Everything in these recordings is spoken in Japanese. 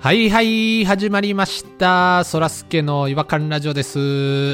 はいはい、始まりました。そらすけの違和感ラジオです。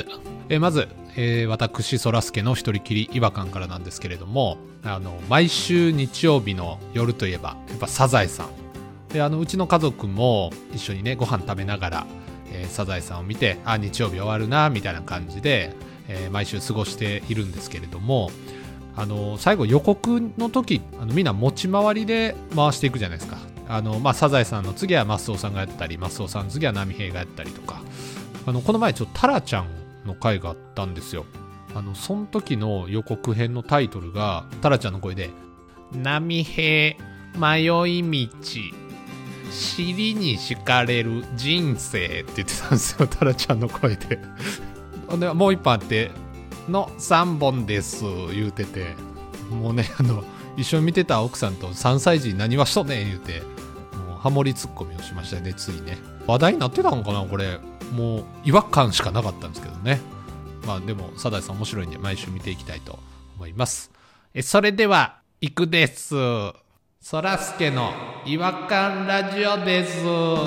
まず、私そらすけの一人きり違和感からなんですけれども、毎週日曜日の夜といえばやっぱサザエさんで、うちの家族も一緒にねご飯食べながら、サザエさんを見て、日曜日終わるなみたいな感じで、毎週過ごしているんですけれども、最後予告の時みんな持ち回りで回していくじゃないですか。サザエさんの次はマスオさんがやったり、マスオさんの次は波平がやったりとか、この前ちょっとタラちゃんの回があったんですよ。その時の予告編のタイトルがタラちゃんの声で波平迷い道尻に敷かれる人生って言ってたんですよ、タラちゃんの声で。でもう一本あっての3本です言うてて、もうね一緒に見てた奥さんと3歳児に何はしとんねん言うて、もうハモリツッコミをしましたね。ついね話題になってたのかな、これもう違和感しかなかったんですけどね。でもサザエさん面白いんで毎週見ていきたいと思います。それでは行くです。そらすけの違和感ラジオです。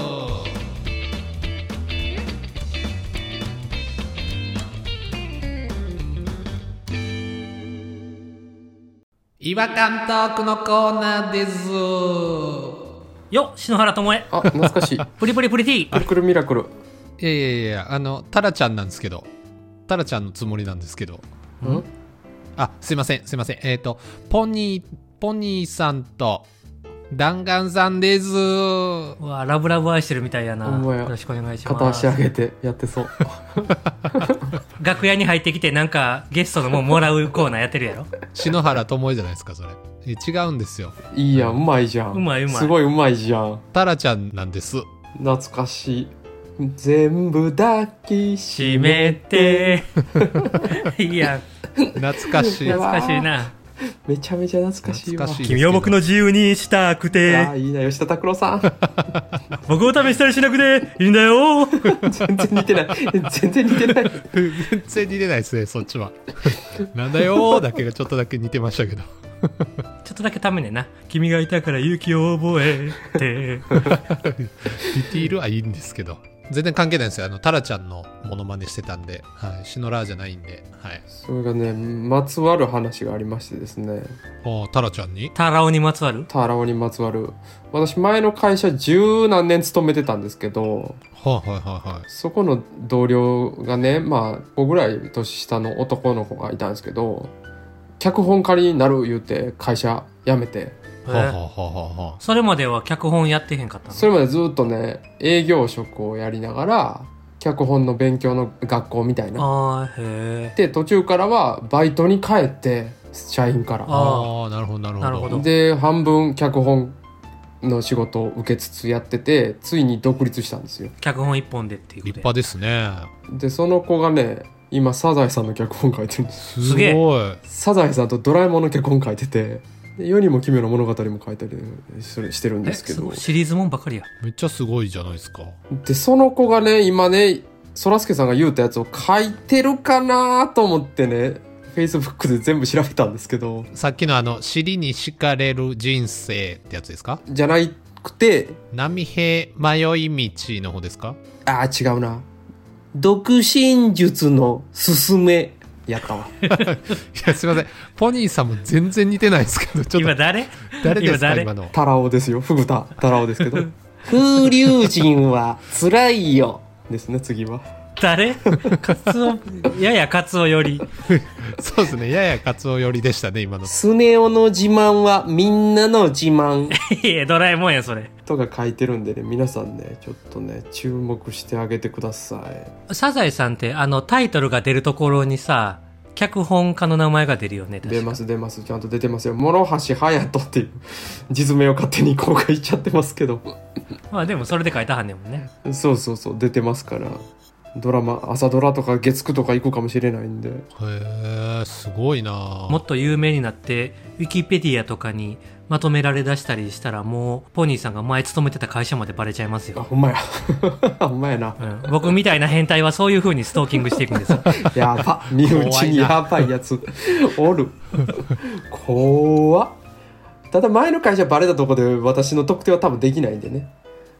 違和感トークのコーナーです。 よっ、篠原ともえ。 懐かしい。 プリプリプリティくるくるミラクル。 いやタラちゃんなんですけど、タラちゃんのつもりなんですけど。すいません。ポニーさんと弾丸さんです。 うわ、ラブラブ愛してるみたいやな。よろしくお願いします。 片足上げてやってそう。 楽屋に入ってきてなんかゲストのもんもらうコーナーやってるやろ。 篠原ともえじゃないですかそれ。違うんですよ。 いいやん、うまいじゃん。 うまいすごいうまいじゃん。 タラちゃんなんです。 懐かしい。全部抱きしめて。 いいやん。 懐かしい。 懐かしいな。 めちゃめちゃ懐かしいわ。 君を僕の自由にしたくて。 いいな、吉田拓郎さん。 僕を試したりしなくていいんだよ。 全然似てない。全然似てないですね、そっちは。なんだよだけがちょっとだけ似てましたけど。 ちょっとだけためねな。君がいたから勇気を覚えて。 似ているはいいんですけど、全然関係ないんですよ。タラちゃんのモノマネしてたんで、シノラーじゃないんで、 それがね、まつわる話がありましてですね。 タラちゃんにタラオにまつわる。 私前の会社十何年勤めてたんですけど、そこの同僚がね、5ぐらい年下の男の子がいたんですけど、脚本家になる言うて会社辞めて、 それまでは脚本やってへんかったの？ それまでずっとね、営業職をやりながら脚本の勉強の学校みたいな。で途中からはバイトに帰って社員から。 なるほど。 で半分脚本の仕事を受けつつやってて、ついに独立したんですよ。 脚本一本でっていうことで。 立派ですね。 でその子がね、今サザエさんの脚本書いてるんです。 すごい。 サザエさんとドラえもんの脚本書いてて、世にも奇妙な物語も書いたりしてるんですけど、 シリーズもんばかりや。 めっちゃすごいじゃないですか。 でその子がね、今ね、そらすけさんが言うたやつを書いてるかなと思ってね、Facebook で全部調べたんですけど、 さっきの尻に敷かれる人生ってやつですか？ じゃなくて、 波平迷い道の方ですか？ 違うな、読心術のすすめやったわ。 いや、すいません、ポニーさんも全然似てないですけど、ちょっと今誰ですか？今のタラオですよ、フグタラオですけど。風流人は辛いよですね。次は誰？カツオ、ややカツオより。 そうですね、ややカツオ寄りでしたね今の。 スネ夫の自慢はみんなの自慢。 いや、ドラえもんやそれとか書いてるんでね、皆さんね、ちょっとね注目してあげてください。 サザエさんってタイトルが出るところにさ、脚本家の名前が出るよね。 出ます、ちゃんと出てますよ。諸橋隼人っていう実名を勝手に公開しちゃってますけど。 でもそれで書いたはんねんもんね。 そう出てますから。ドラマ、朝ドラとか月9とか行くかもしれないんで。 すごいな。 もっと有名になってウィキペディアとかにまとめられだしたりしたら、もうポニーさんが前勤めてた会社までバレちゃいますよ。 ほんまや。ほんまやな、 僕みたいな変態はそういう風にストーキングしていくんですよ。 やば、身内にやばいやつおる。怖っ。ただ前の会社バレたとこで私の特定は多分できないんでね。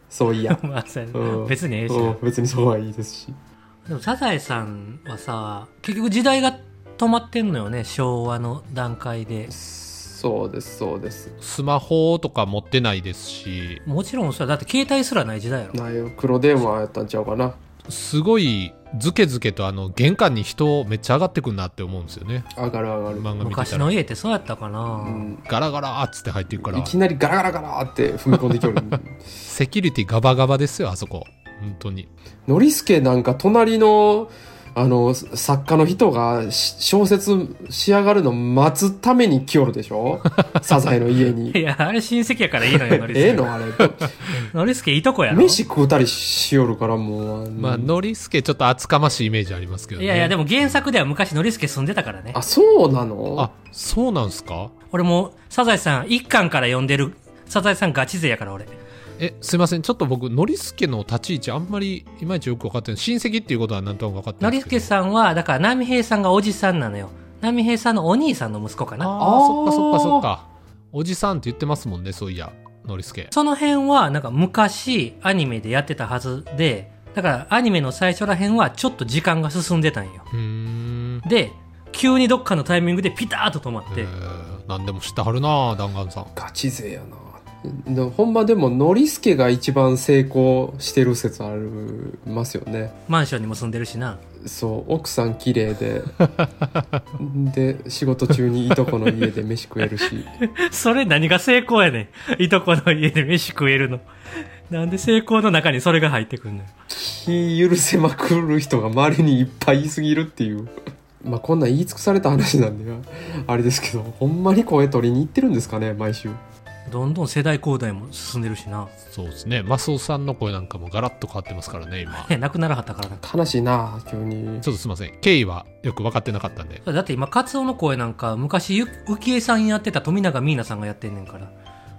そういやまあ別にええしな、 別にそうはいいですし。 でもサザエさんはさ、結局時代が止まってんのよね、昭和の段階で。 そうですそうです。 スマホとか持ってないですし、 もちろんさ、だって携帯すらない時代やろ。 ないよ、黒電話やったんちゃうかな。 すごいズケズケと玄関に人めっちゃ上がってくんなって思うんですよね。 上がる上がる。 漫画見てたら昔の家ってそうやったかな、 うん、 ガラガラーっつって入っていくから、 いきなりガラガラガラって踏み込んできよるセキュリティガバガバですよ、あそこ本当に。 ノリスケなんか隣の作家の人が小説仕上がるの待つために来よるでしょサザエの家に。 いや、あれ親戚やからいいのよ、ノリスケ。 ええのあれ。 ノリスケいいとこやろ。 飯食うたりしよるからもう。 まあ、ノリスケちょっと厚かましいイメージありますけどね。 いやいや、でも原作では昔ノリスケ住んでたからね。 あ、そうなの？ あ、そうなんすか？ 俺もサザエさん1巻から読んでるサザエさんガチ勢やから俺。 すいません、ちょっと僕ノリスケの立ち位置あんまりいまいちよく分かってない。親戚っていうことはなんとなく分かってないノリスケさんはだから波平さんがおじさんなのよ。波平さんのお兄さんの息子かな。 ああ、そっかそっかそっか。おじさんって言ってますもんね、そういやノリスケ。 その辺はなんか昔アニメでやってたはずで、だからアニメの最初ら辺はちょっと時間が進んでたんよ。で急にどっかのタイミングでピタッと止まって、 何でも知ってはるな弾丸さん。 ガチ勢やな。ほんまでもノリスケが一番成功してる説ありますよね。 マンションにも住んでるしな。 そう、奥さん綺麗でで仕事中にいとこの家で飯食えるしそれ何が成功やねん。いとこの家で飯食えるの。なんで成功の中にそれが入ってくるのよ。 気許せまくる人が周りにいっぱいいすぎるっていうまあこんなん言い尽くされた話なんであれですけど、ほんまに声取りに行ってるんですかね、毎週。 どんどん世代交代も進んでるしな。 そうですね、マスオさんの声なんかもガラッと変わってますからね今。 亡くならはったからな。 悲しいな急に。 ちょっとすいません、経緯はよく分かってなかったんで。 だって今カツオの声なんか昔浮江さんやってた富永美奈さんがやってんねんから。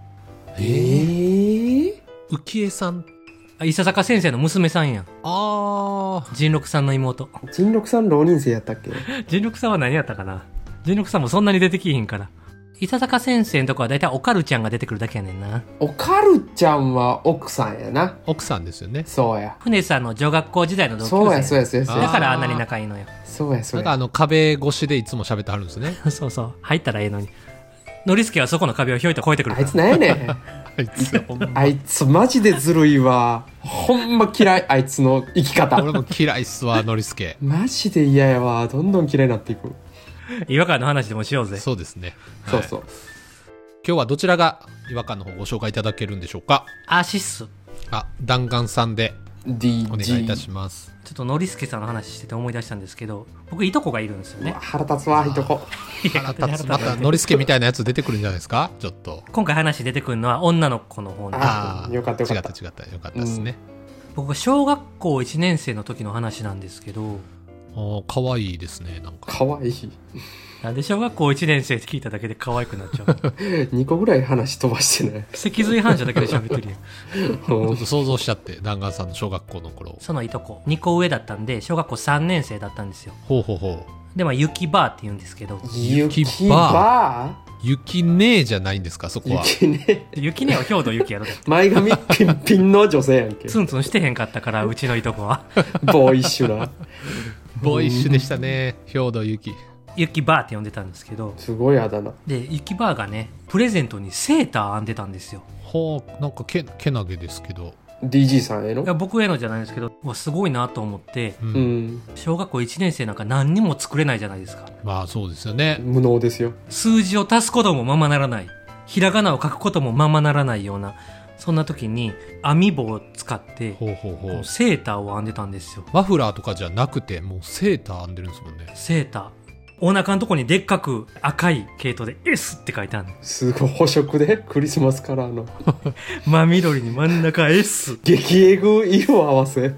浮江さん、 伊佐坂先生の娘さんやん。 あー、 仁六さんの妹。 仁六さん浪人生やったっけ？ 仁六さんは何やったかな。仁六さんもそんなに出てきひんから。伊佐坂先生のとこはだいたいおかるちゃんが出てくるだけやねんな。 おかるちゃんは奥さんやな。 奥さんですよね。 そうや。 船さんの女学校時代の同級生。 そうやそうやそうやそうや。 だからあんなに仲いいのよ。 そうやそうや。 なんか壁越しでいつも喋ってはるんですねそうそう、入ったらええのに。ノリスケはそこの壁をひょいと越えてくるから。 あいつなんやねんあいつマジでずるいわ。ほんま嫌い、あいつの生き方。 俺も嫌いっすわノリスケ。 マジで嫌やわ。どんどん嫌いになっていく。 違和感の話でもしようぜ。 そうですね、 そうそう。 今日はどちらが違和感の方ご紹介いただけるんでしょうか。 アシス。 弾丸さんでお願いいたします。 ちょっとノリスケさんの話してて思い出したんですけど、僕いとこがいるんですよね。 腹立つわいとこ。 腹立つ。またノリスケみたいなやつ出てくるんじゃないですか。ちょっと今回話出てくるのは女の子の方なんです。 ああ、よかったよかった。 違ったよかったですね、 僕が小学校1年生の時の話なんですけど。 かわいいですね。なんかかわいい。 なんで小学校1年生って聞いただけで可愛くなっちゃう 2個ぐらい話飛ばしてない。 脊髄反射だけで喋ってるやんちょっと想像しちゃって。弾丸さんの小学校の頃。 そのいとこ2個上だったんで小学校3年生だったんですよ。 ほうほうほう。 でまあ雪バーって言うんですけど。 雪バー？ 雪姉じゃないんですか、そこは。 雪姉は兵藤雪やろだって。 前髪ピンピンの女性やんけ。 ツンツンしてへんかったからうちのいとこはボーイッシュな。 ボーイッシュでしたね、兵藤雪。 雪バーって呼んでたんですけど。 すごいあだ名で雪バーがねプレゼントにセーター編んでたんですよ。 はあ、なんかけなげですけど。 DG さんへの？ いや僕へのじゃないですけど、すごいなと思って、小学校1年生なんか何にも作れないじゃないですか。 まあそうですよね。 無能ですよ。 数字を足すこともままならない、ひらがなを書くこともままならないような、そんな時に編み棒を使ってセーターを編んでたんですよ。 マフラーとかじゃなくてもうセーター編んでるんですもんね。 セーターお腹のとこにでっかく赤い毛糸で S って書いてあるの。 すごい補色でクリスマスカラーの真緑に真ん中 S 激エグ色合わせ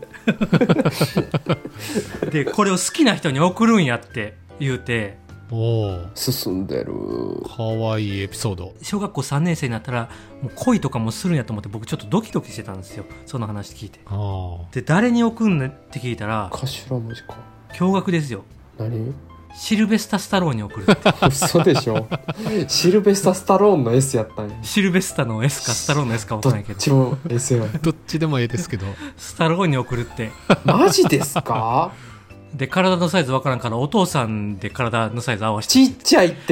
でこれを好きな人に送るんやって言うて。 進んでる。 かわいいエピソード。 小学校3年生になったらもう恋とかもするんやと思って僕ちょっとドキドキしてたんですよ、その話聞いて。で誰に送んねって聞いたら頭文字か驚愕ですよ。 何？ シルベスタ・スタローンに送るって。 嘘でしょ。シルベスタ・スタローンの S やったんや。 シルベスタの S かスタローンの S か分からないけど。 どっちも S よ。 どっちでもええですけど。 スタローンに送るって。 マジですか？ で、体のサイズ分からんから、お父さんで体のサイズ合わせて。 ちっちゃいって。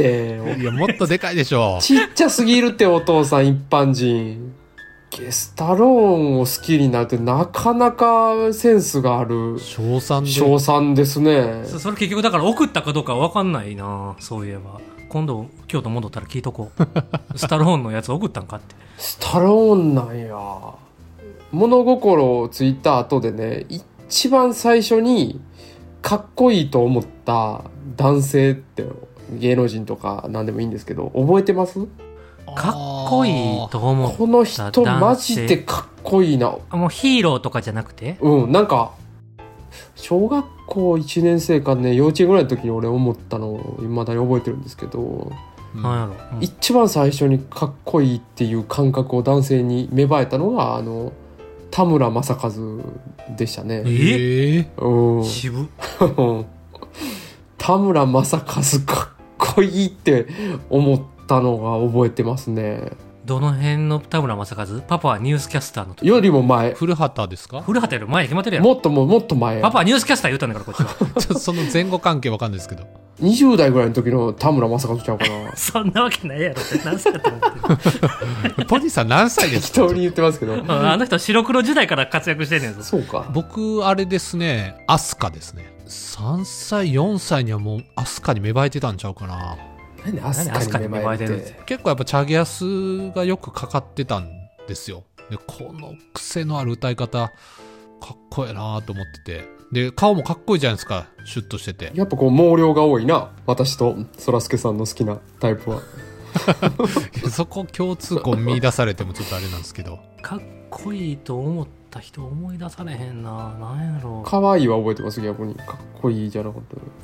いや、もっとでかいでしょ。 ちっちゃすぎるって、お父さん一般人。スタローンを好きになるってなかなかセンスがある。 賞賛ですね。 それ結局だから送ったかどうか分かんないな。そういえば。今度、京都戻ったら聞いとこう。スタローンのやつ送ったんかって。 スタローンなんや。物心ついた後でね、一番最初にかっこいいと思った男性って芸能人とか何でもいいんですけど、覚えてます？ かっこいいと思ったこの人マジでかっこいいな。 もうヒーローとかじゃなくて？ なんか小学校1年生かね、幼稚園ぐらいの時に俺思ったのを未だに覚えてるんですけど、 なんやろ、 一番最初にかっこいいっていう感覚を男性に芽生えたのが田村正和でしたね。 渋田村正和かっこいいって思ったのが覚えてますね。 どの辺の田村正和？パパはニュースキャスターの時よりも前。 古畑ですか？ 古畑より前に決まってるやん。 もっと前。 パパはニュースキャスター言うたんだからこっちは。 ちょっとその前後関係わかんないですけど。 20代ぐらいの時の田村正和ちゃうかな。 そんなわけないやろって何歳だと思ってる。 ポニーさん何歳ですか？適当に言ってますけど。 あの人白黒時代から活躍してんねんぞ。 そうか。 僕あれですね、アスカですね。3歳4歳にはもうアスカに芽生えてたんちゃうかな。 何アスカに芽生えてる？ 結構やっぱチャゲアスがよくかかってたんですよ。でこの癖のある歌い方かっこいいなと思ってて、で顔もかっこいいじゃないですか、シュッとしてて。 やっぱこう毛量が多いな、私とそらすけさんの好きなタイプは。 そこ共通項見出されてもちょっとあれなんですけど、 かっこいいと思った人思い出されへんな。なんやろう。 可愛いは覚えてます。逆にかっこいいじゃなかった。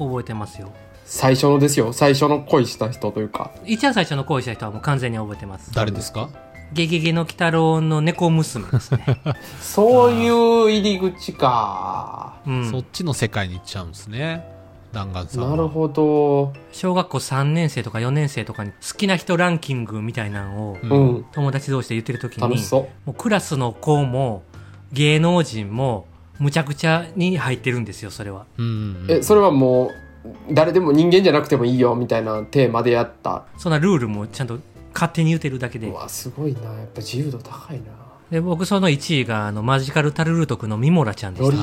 覚えてますよ。 最初のですよ。最初の恋した人というか、 一番最初の恋した人はもう完全に覚えてます。 誰ですか？ ゲゲゲの鬼太郎の猫娘ですね。 そういう入り口か、 そっちの世界に行っちゃうんですね、弾丸さんは。 なるほど。 小学校3年生とか4年生とかに好きな人ランキングみたいなのを、友達同士で言ってる時に、もうクラスの子も芸能人もむちゃくちゃに入ってるんですよ、それは。 それはもう誰でも人間じゃなくてもいいよみたいなテーマでやった。 そんなルールもちゃんと勝手に言ってるだけで。 うわすごいな、やっぱ自由度高いな。 で僕その1位がマジカルタルルート君のミモラちゃんでした。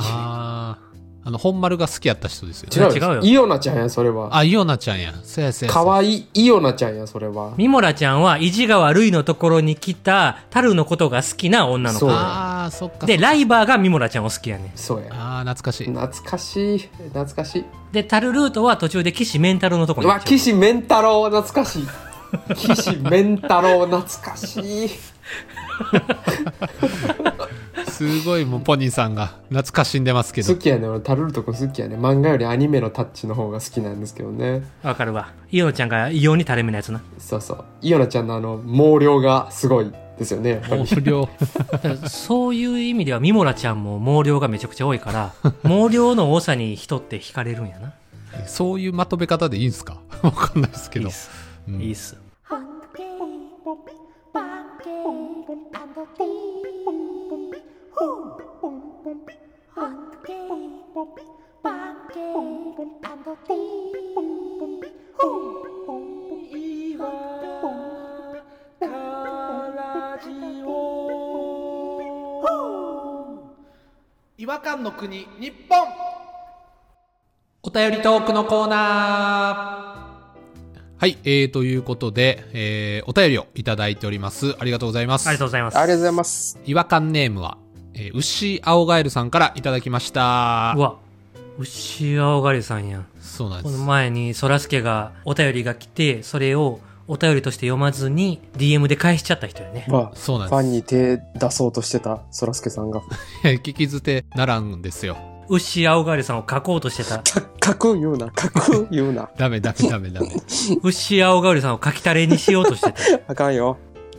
本丸が好きやった人ですよね。違うよ。イオナちゃんやそれは。 あ、イオナちゃんや。そうやそうや。 かわいいイオナちゃんやそれは。 ミモラちゃんは意地が悪いのところに来たタルのことが好きな女の子。 ああ、そっか。 でライバーがミモラちゃんを好きやねん。 そうや。 ああ、懐かしい。 懐かしい。 でタルルートは途中で岸メンタロウのところに。 うわ、岸メンタロウ懐かしい。岸メンタロウ懐かしい。 すごいもうポニーさんが懐かしんでますけど。 好きやね。俺タルルト君好きやね。漫画よりアニメのタッチの方が好きなんですけどね。 わかるわ。イオナちゃんが異様に垂れ目のやつな。 そうそう。イオナちゃんの毛量がすごいですよね。 毛量。 そういう意味ではミモラちゃんも毛量がめちゃくちゃ多いから毛量の多さに人って惹かれるんやな。 そういうまとめ方でいいんすか？わかんないですけど。 いいっす。 違和感の国日本。お便りトークのコーナー。はい、ということで、お便りをいただいております。ありがとうございます。 ありがとうございます。 ありがとうございます。 違和感ネームは、牛青ガエルさんからいただきました。 うわ、牛青ガエルさんやん。 そうなんです。 この前にそらすけがお便りが来て、それをお便りとして読まずに DM で返しちゃった人よね。 そうなんです。 ファンに手出そうとしてたそらすけさんが。 聞き捨てならんですよ。 牛青ガエルさんを書こうとしてた。 書く言うな。 ダメ。 牛青ガエルさんを書きたれにしようとしてた。 あかんよ。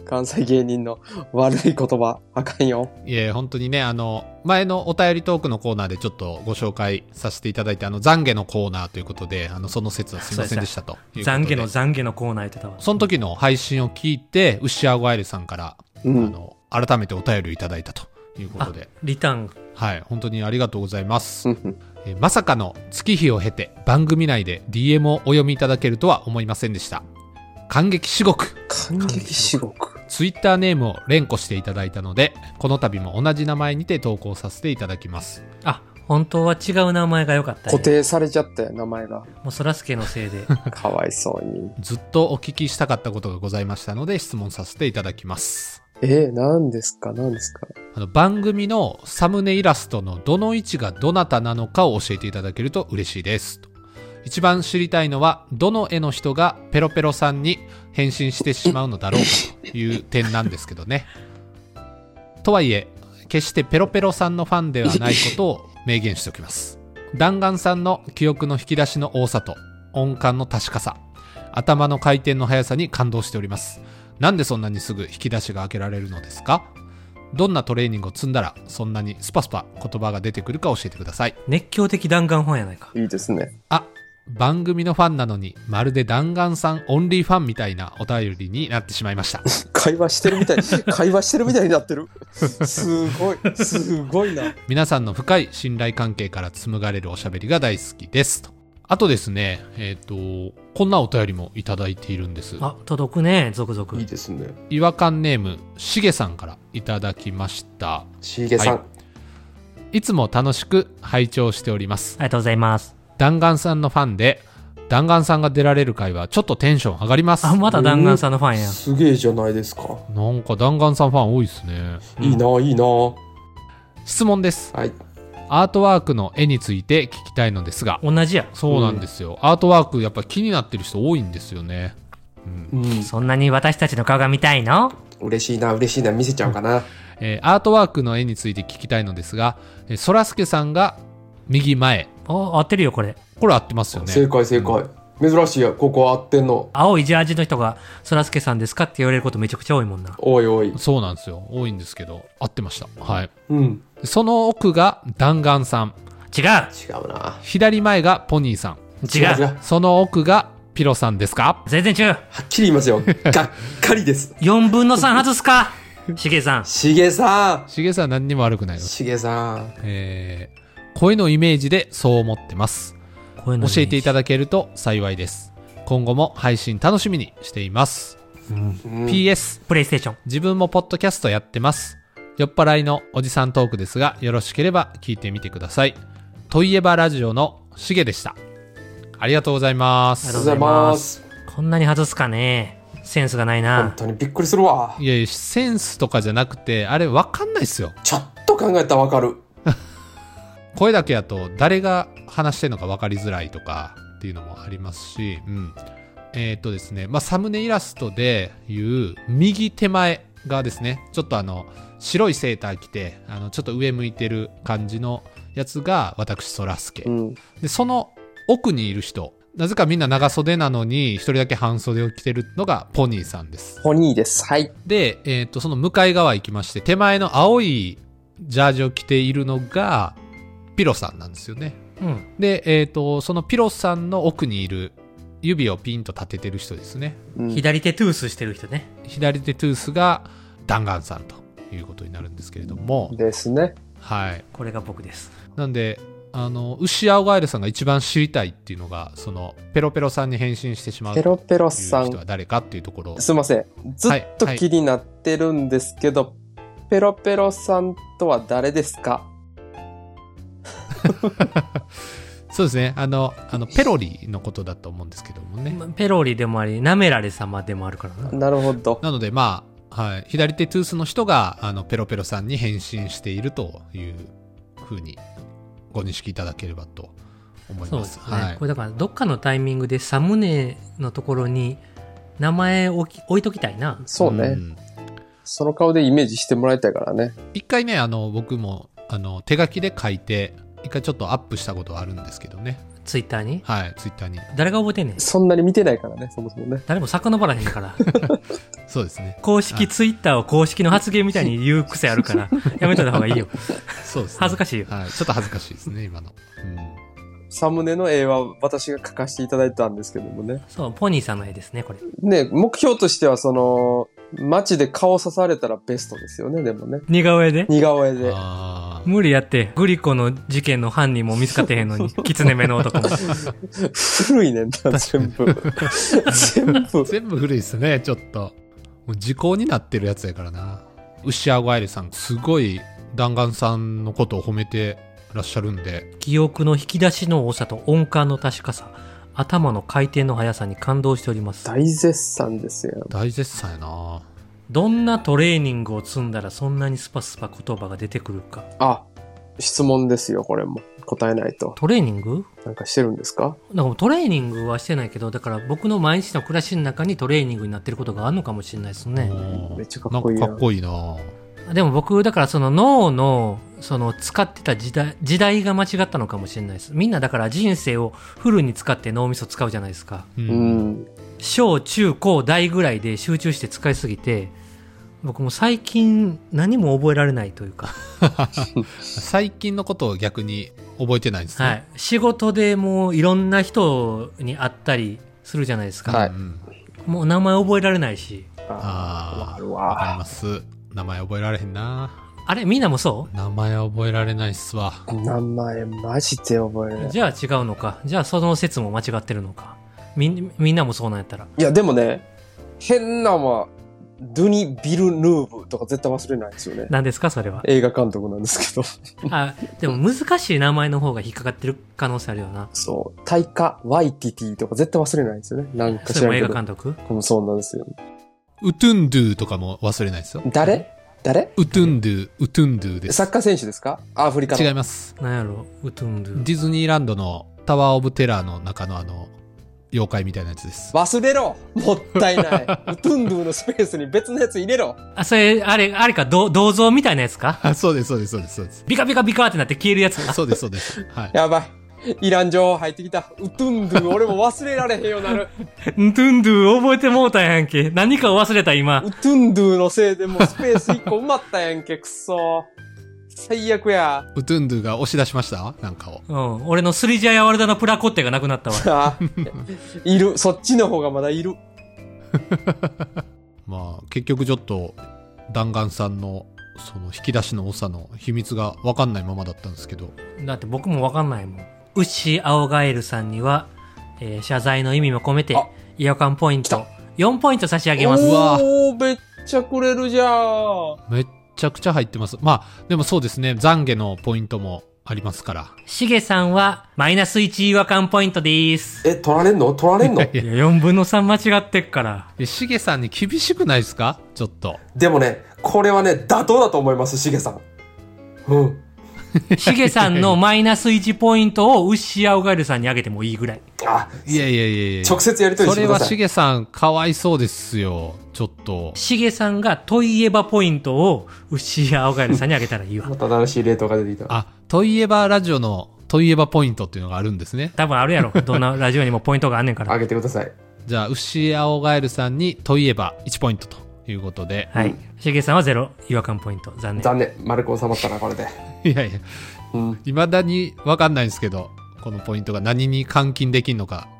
関西芸人の悪い言葉、あかんよ。 いや、本当にね、前のお便りトークのコーナーでちょっとご紹介させていただいて、懺悔のコーナーということで、その説はすいませんでしたということで。 懺悔のコーナー言ってたわ。 その時の配信を聞いて、ウシアゴアイルさんから、改めてお便りをいただいたということで。 リターン。 はい、本当にありがとうございます。まさかの月日を経て番組内で DM をお読みいただけるとは思いませんでした。感激至極。 感激至極。 ツイッターネームを連呼していただいたので、この度も同じ名前にて投稿させていただきます。 あ、本当は違う名前が良かった、ね。 固定されちゃったよ、名前が。 もうそらすけのせいで。 かわいそうに。 ずっとお聞きしたかったことがございましたので、質問させていただきます。 何ですか番組のサムネイラストのどの位置がどなたなのかを教えていただけると嬉しいです。一番知りたいのは、どの絵の人がペロペロさんに変身してしまうのだろうかという点なんですけどね。とはいえ、決してペロペロさんのファンではないことを明言しておきます。弾丸さんの記憶の引き出しの多さと音感の確かさ、頭の回転の速さに感動しております。なんでそんなにすぐ引き出しが開けられるのですか？どんなトレーニングを積んだらそんなにスパスパ言葉が出てくるか教えてください。 熱狂的弾丸ファンやないか。 いいですね。 番組のファンなのにまるで弾丸さんオンリーファンみたいなお便りになってしまいました。 会話してるみたいになってる。すごいな。 皆さんの深い信頼関係から紡がれるおしゃべりが大好きですと。あとですね、こんなお便りもいただいているんです。 届くね、続々。 いいですね。 違和感ネームしげさんからいただきました。 しげさん、 いつも楽しく拝聴しております。 ありがとうございます。 弾丸さんのファンで、弾丸さんが出られる回はちょっとテンション上がります。 まだ弾丸さんのファンや。 すげえじゃないですか。 なんか弾丸さんファン多いですね。 いいな。 質問です。 はい。 アートワークの絵について聞きたいのですが。 同じや。 そうなんですよ。アートワークやっぱ気になってる人多いんですよね。 そんなに私たちの顔が見たいの？ 嬉しいな、見せちゃおうかな。 アートワークの絵について聞きたいのですが、そらすけさんが右前。 合ってるよ、これ合ってますよね。 正解。珍しいや、ここ合ってんの。 青いジャージの人がそらすけさんですかって言われることめちゃくちゃ多いもんな。 多い。 そうなんですよ。多いんですけど、合ってました。はい。 その奥が弾丸さん。 違うな。 左前がポニーさん。 違う。 その奥がピロさんですか？ 全然違う。 はっきり言いますよ。がっかりです。 4分の3外すか？しげさん何にも悪くないの。 しげさん。 声のイメージでそう思ってます。教えていただけると幸いです。今後も配信楽しみにしています。PS プレイステーション。 自分もポッドキャストやってます。酔っ払いのおじさんトークですが、よろしければ聞いてみてください。といえばラジオのしげでした。ありがとうございます。 ありがとうございます。 こんなに外すかね。センスがないな。 本当にびっくりするわ。 いやセンスとかじゃなくて、あれ分かんないっすよ。 ちょっと考えたら分かる。 声だけだと誰が話してるのか分かりづらいとかっていうのもありますし、ですね、サムネイラストでいう右手前側ですね、ちょっと白いセーター着てちょっと上向いてる感じのやつが私そらすけ、でその奥にいる人、なぜかみんな長袖なのに一人だけ半袖を着てるのがポニーさんです。 ポニーです。はい。 で、その向かい側行きまして、手前の青いジャージを着ているのがピロさんなんですよね。で、そのピロさんの奥にいる指をピンと立ててる人ですね。 左手トゥースしてる人ね。 左手トゥースが弾丸さんということになるんですけれども。 ですね。 はい。 これが僕です。 なんで、牛青ガエルさんが一番知りたいっていうのが、そのペロペロさんに変身してしまうという人は誰かっていうところ。 すいません。ずっと気になってるんですけど、ペロペロさんとは誰ですか？ そうですね。ペロリのことだと思うんですけどもね。 ペロリでもあり、なめられ様でもあるからな。 なるほど。 なので、はい。左手トゥースの人が、ペロペロさんに変身しているというふうにご認識いただければと思います。 そうですね。これだから、どっかのタイミングでサムネのところに名前を置いときたいな。 そうね。その顔でイメージしてもらいたいからね。 一回ね、僕も、手書きで書いて、 一回ちょっとアップしたことはあるんですけどね。 ツイッターに。 はい、ツイッターに。 誰が覚えてんねん。 そんなに見てないからね、そもそもね。 誰も遡らへんから。 そうですね。 公式ツイッターを公式の発言みたいに言う癖あるから、やめといた方がいいよ。 そうですね。 恥ずかしいよ。 はい、ちょっと恥ずかしいですね、今の。 サムネの絵は私が描かせていただいたんですけどもね。 そう、ポニーさんの絵ですね、これ。 ね、目標としては街で顔刺されたらベストですよね、でもね。 似顔絵で似顔絵で。 無理やって、グリコの事件の犯人も見つかってへんのに、キツネ目の男も。 古いねんな、全部。 全部古いですね、ちょっと。もう時効になってるやつやからな。牛アゴアイルさん、すごい弾丸さんのことを褒めてらっしゃるんで。 記憶の引き出しの多さと音感の確かさ、頭の回転の速さに感動しております。 大絶賛ですよ。 大絶賛やな。 どんなトレーニングを積んだらそんなにスパスパ言葉が出てくるか。 あ、質問ですよ、これも。答えないと。 トレーニングなんかしてるんですか？ なんかトレーニングはしてないけど、だから僕の毎日の暮らしの中にトレーニングになってることがあるのかもしれないですね。 めっちゃかっこいいな。 なんかかっこいいな。 でも僕、だからその脳の、使ってた時代が間違ったのかもしれないです。みんなだから人生をフルに使って脳みそ使うじゃないですか。小中高大ぐらいで集中して使いすぎて、僕も最近何も覚えられないというか。 最近のことを逆に覚えてないんですね。 はい。仕事でもういろんな人に会ったりするじゃないですか。 はい。 もう名前覚えられないし。 わかります。名前覚えられへんな。 あれみんなもそう？ 名前覚えられないっすわ。 名前マジで覚えられない。 じゃあ違うのか。じゃあその説も間違ってるのか。みんなもそうなんやったら。 いやでもね、変なはドゥニ・ビルヌーブとか絶対忘れないですよね。 何ですかそれは。 映画監督なんですけど。 でも難しい名前の方が引っかかってる可能性あるよな。 そう。タイカ・ワイティティとか絶対忘れないですよね。なんか知らんけど。 それも映画監督？ そうなんですよ。 ウトゥンドゥとかも忘れないですよ。 誰ウトゥンドゥです。 サッカー選手ですか？アフリカの。 違います。 なんやろウトゥンドゥ。 ディズニーランドのタワーオブテラーの中の妖怪みたいなやつです。 忘れろ！もったいない。ウトゥンドゥのスペースに別のやつ入れろ。 それ、あれか、銅像みたいなやつか？ そうです。 ビカビカビカってなって消えるやつか？ そうです。はい。 やばい。イラン情報入ってきた。ウトゥンドゥ、俺も忘れられへんようになる。 ウトゥンドゥ覚えてもうたやんけ。何かを忘れた今。 ウトゥンドゥのせいでもうスペース1個埋まったやんけ、くそ。最悪や。 ウトゥンドゥが押し出しましたなんかを。 うん。俺のスリジャヤワルダのプラコッテがなくなったわ。 いる。そっちの方がまだいる。 まあ、結局ちょっと、弾丸さんの、引き出しの多さの秘密が分かんないままだったんですけど。 だって僕も分かんないもん。ウッシーアオガエルさんには、謝罪の意味も込めて、違和感ポイント、4ポイント差し上げます。 めっちゃくれるじゃん。 めっちゃくちゃ入ってます。まあ、でもそうですね、懺悔のポイントもありますから。 しげさんは、マイナス1違和感ポイントです。 取られんのいや、 4分の3間違ってっから。 しげさんに厳しくないですかちょっと。 でもね、これはね、妥当だと思います、しげさん。うん。 しげさんのマイナス1ポイントをウッシーアオガエルさんにあげてもいいぐらい。 いや。 直接やりとりしてください。 それはしげさん、かわいそうですよ。ちょっと。 しげさんがといえばポイントをウッシーアオガエルさんにあげたらいいわ。 また新しいレートが出てきた。 といえばラジオのといえばポイントっていうのがあるんですね。 多分あるやろ。どんなラジオにもポイントがあんねんから。 あげてください。 じゃあ、ウッシーアオガエルさんにといえば1ポイントということで。 はい。しげさんは0違和感ポイント。残念。 丸く収まったな、これで。 いや。未だに分かんないんですけど、このポイントが何に換金できるのか。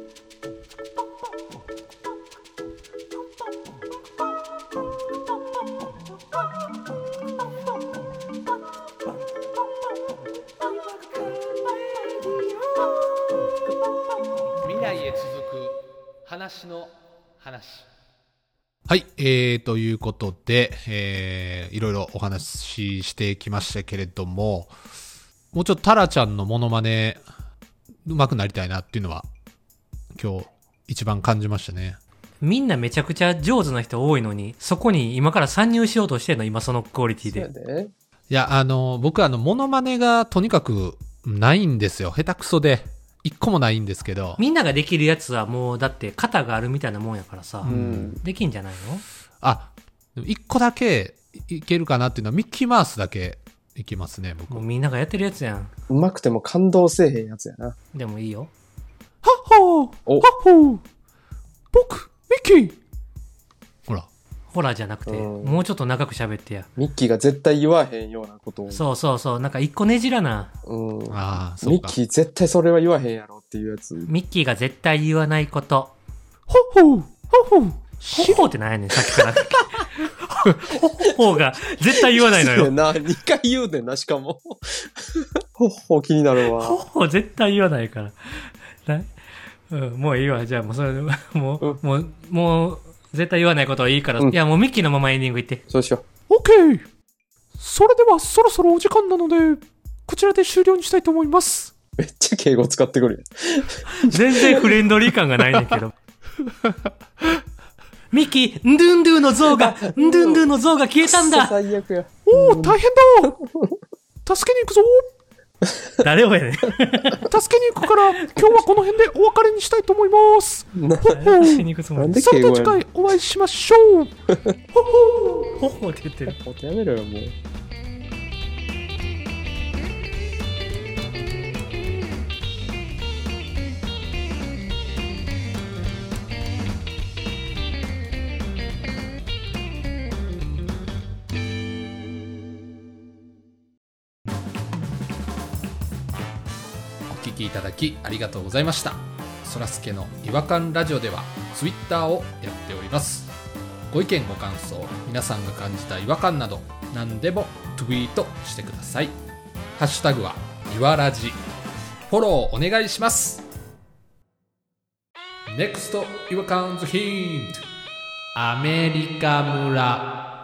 未来へ続く話の話。はい、ということで、いろいろお話ししてきましたけれども、もうちょっとタラちゃんのモノマネ上手くなりたいなっていうのは今日一番感じましたね。 みんなめちゃくちゃ上手な人多いのに、そこに今から参入しようとしてるの、今そのクオリティで。 いや、僕モノマネがとにかくないんですよ。下手くそで。一個もないんですけど。 みんなができるやつはもうだって型があるみたいなもんやからさ、できんじゃないの？ 一個だけいけるかなっていうのはミッキーマウスだけいきますね、僕。 もうみんながやってるやつやん。 うまくても感動せえへんやつやな。 でもいいよ。 はっほーはっほー僕、ミッキーほら。 ホラーじゃなくて、もうちょっと長く喋ってや。 ミッキーが絶対言わへんようなことを。 そうそうそう。なんか一個ねじらな。 ああ、そうか。 ミッキー絶対それは言わへんやろっていうやつ。 ミッキーが絶対言わないこと。 ほっほーほっほーほっほーってなんやねん、さっきから。ほっほーが絶対言わないのよ。 2回言うねんな、しかも。ほっほー気になるわ。 ほっほー絶対言わないから。もういいわ。じゃあもうそれで、もう、絶対言わないことはいいから。いや、もうミッキーのままエンディング行って。 そうしよう。OK! それではそろそろお時間なので、こちらで終了にしたいと思います。 めっちゃ敬語使ってくるやん。全然フレンドリー感がないねんけど。ミッキー、ンドゥンドゥの像が消えたんだ。 最悪や。 おー、大変だ。助けに行くぞ。 誰をやねん。 助けに行くから、今日はこの辺でお別れにしたいと思います。 助けに行くつもり。 それでは次回お会いしましょう。 ほほって言ってる。 ほってやめろよ、もう。 お聞きいただきありがとうございました。そらすけの違和感ラジオではツイッターをやっております。ご意見ご感想、皆さんが感じた違和感など何でもツイートしてください。ハッシュタグはいわらじ。フォローお願いします。 NEXT 違和感ズヒント、アメリカ村。